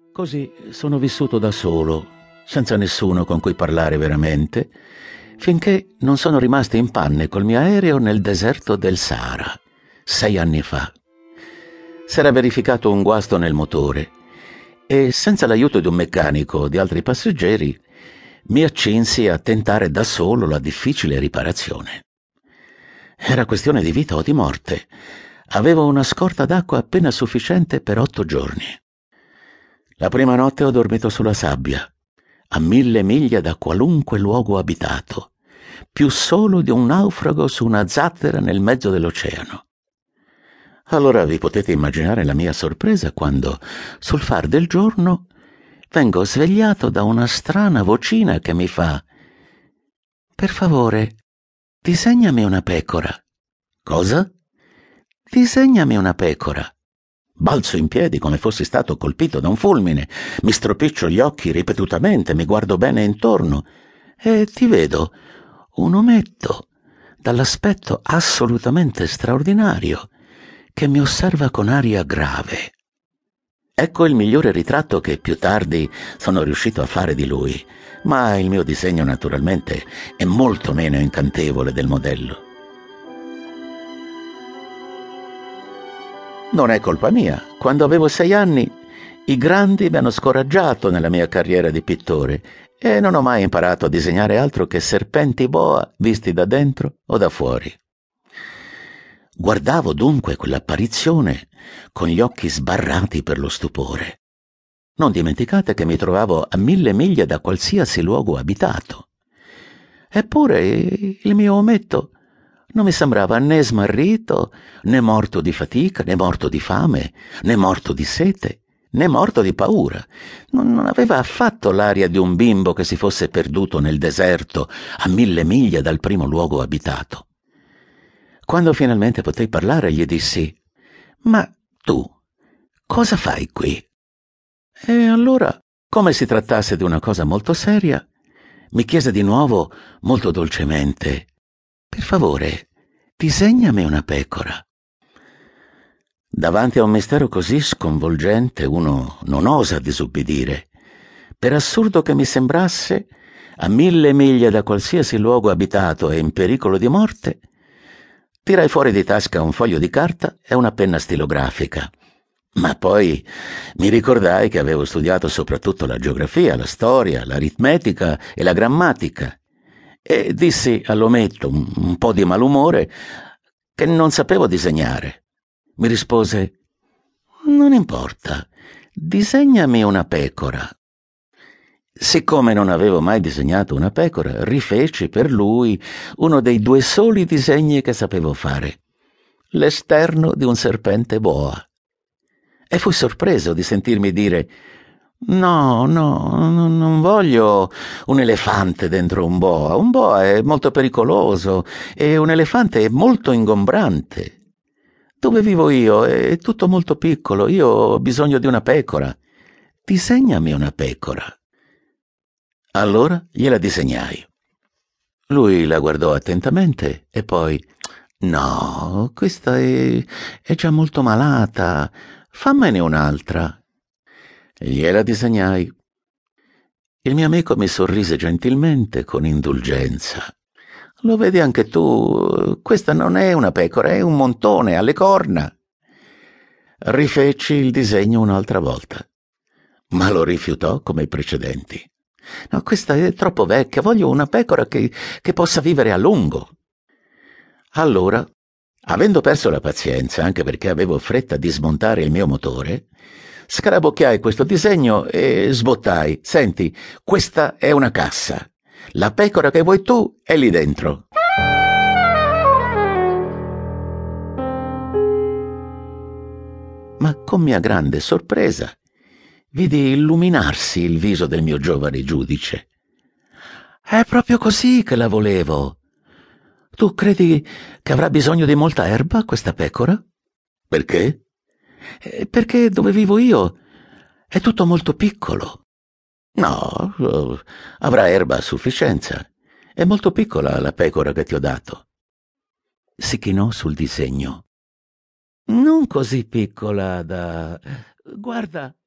Così sono vissuto da solo, senza nessuno con cui parlare veramente, finché non sono rimasto in panne col mio aereo nel deserto del Sahara, 6 anni fa. S'era verificato un guasto nel motore e, senza l'aiuto di un meccanico o di altri passeggeri, mi accinsi a tentare da solo la difficile riparazione. Era questione di vita o di morte. Avevo una scorta d'acqua appena sufficiente per 8 giorni. La prima notte ho dormito sulla sabbia, a 1000 miglia da qualunque luogo abitato, più solo di un naufrago su una zattera nel mezzo dell'oceano. Allora vi potete immaginare la mia sorpresa quando, sul far del giorno, vengo svegliato da una strana vocina che mi fa: «Per favore, disegnami una pecora». «Cosa?» «Disegnami una pecora». Balzo in piedi come fossi stato colpito da un fulmine, mi stropiccio gli occhi ripetutamente, mi guardo bene intorno e ti vedo un ometto dall'aspetto assolutamente straordinario che mi osserva con aria grave. Ecco il migliore ritratto che più tardi sono riuscito a fare di lui, ma il mio disegno naturalmente è molto meno incantevole del modello. Non è colpa mia. Quando avevo 6 anni, i grandi mi hanno scoraggiato nella mia carriera di pittore e non ho mai imparato a disegnare altro che serpenti boa visti da dentro o da fuori. Guardavo dunque quell'apparizione con gli occhi sbarrati per lo stupore. Non dimenticate che mi trovavo a 1000 miglia da qualsiasi luogo abitato. Eppure il mio ometto non mi sembrava né smarrito, né morto di fatica, né morto di fame, né morto di sete, né morto di paura. Non aveva affatto l'aria di un bimbo che si fosse perduto nel deserto a 1000 miglia dal primo luogo abitato. Quando finalmente potei parlare, gli dissi: «Ma tu, cosa fai qui?» E allora, come si trattasse di una cosa molto seria, mi chiese di nuovo molto dolcemente: «Per favore, disegnami una pecora». Davanti a un mistero così sconvolgente uno non osa disubbidire. Per assurdo che mi sembrasse, a 1000 miglia da qualsiasi luogo abitato e in pericolo di morte, tirai fuori di tasca un foglio di carta e una penna stilografica. Ma poi mi ricordai che avevo studiato soprattutto la geografia, la storia, l'aritmetica e la grammatica, e dissi all'ometto, un po' di malumore, che non sapevo disegnare. Mi rispose: «Non importa, disegnami una pecora». Siccome non avevo mai disegnato una pecora, rifeci per lui uno dei 2 soli disegni che sapevo fare: l'esterno di un serpente boa. E fui sorpreso di sentirmi dire: «No, non voglio un elefante dentro un boa. Un boa è molto pericoloso e un elefante è molto ingombrante. Dove vivo io è tutto molto piccolo, io ho bisogno di una pecora. Disegnami una pecora». Allora gliela disegnai. Lui la guardò attentamente e poi: «No, questa è già molto malata, fammene un'altra». Gliela disegnai. Il mio amico mi sorrise gentilmente, con indulgenza. «Lo vedi anche tu, questa non è una pecora, è un montone, ha le corna». Rifeci il disegno un'altra volta, ma lo rifiutò come i precedenti. «No, questa è troppo vecchia, voglio una pecora che possa vivere a lungo». Allora, avendo perso la pazienza, anche perché avevo fretta di smontare il mio motore, scarabocchiai questo disegno e sbottai: «Senti, questa è una cassa. La pecora che vuoi tu è lì dentro». Ma con mia grande sorpresa vidi illuminarsi il viso del mio giovane giudice. «È proprio così che la volevo. Tu credi che avrà bisogno di molta erba questa pecora?» «Perché?» «Perché dove vivo io è tutto molto piccolo». «No, avrà erba a sufficienza. È molto piccola la pecora che ti ho dato». Si chinò sul disegno. «Non così piccola da... Guarda,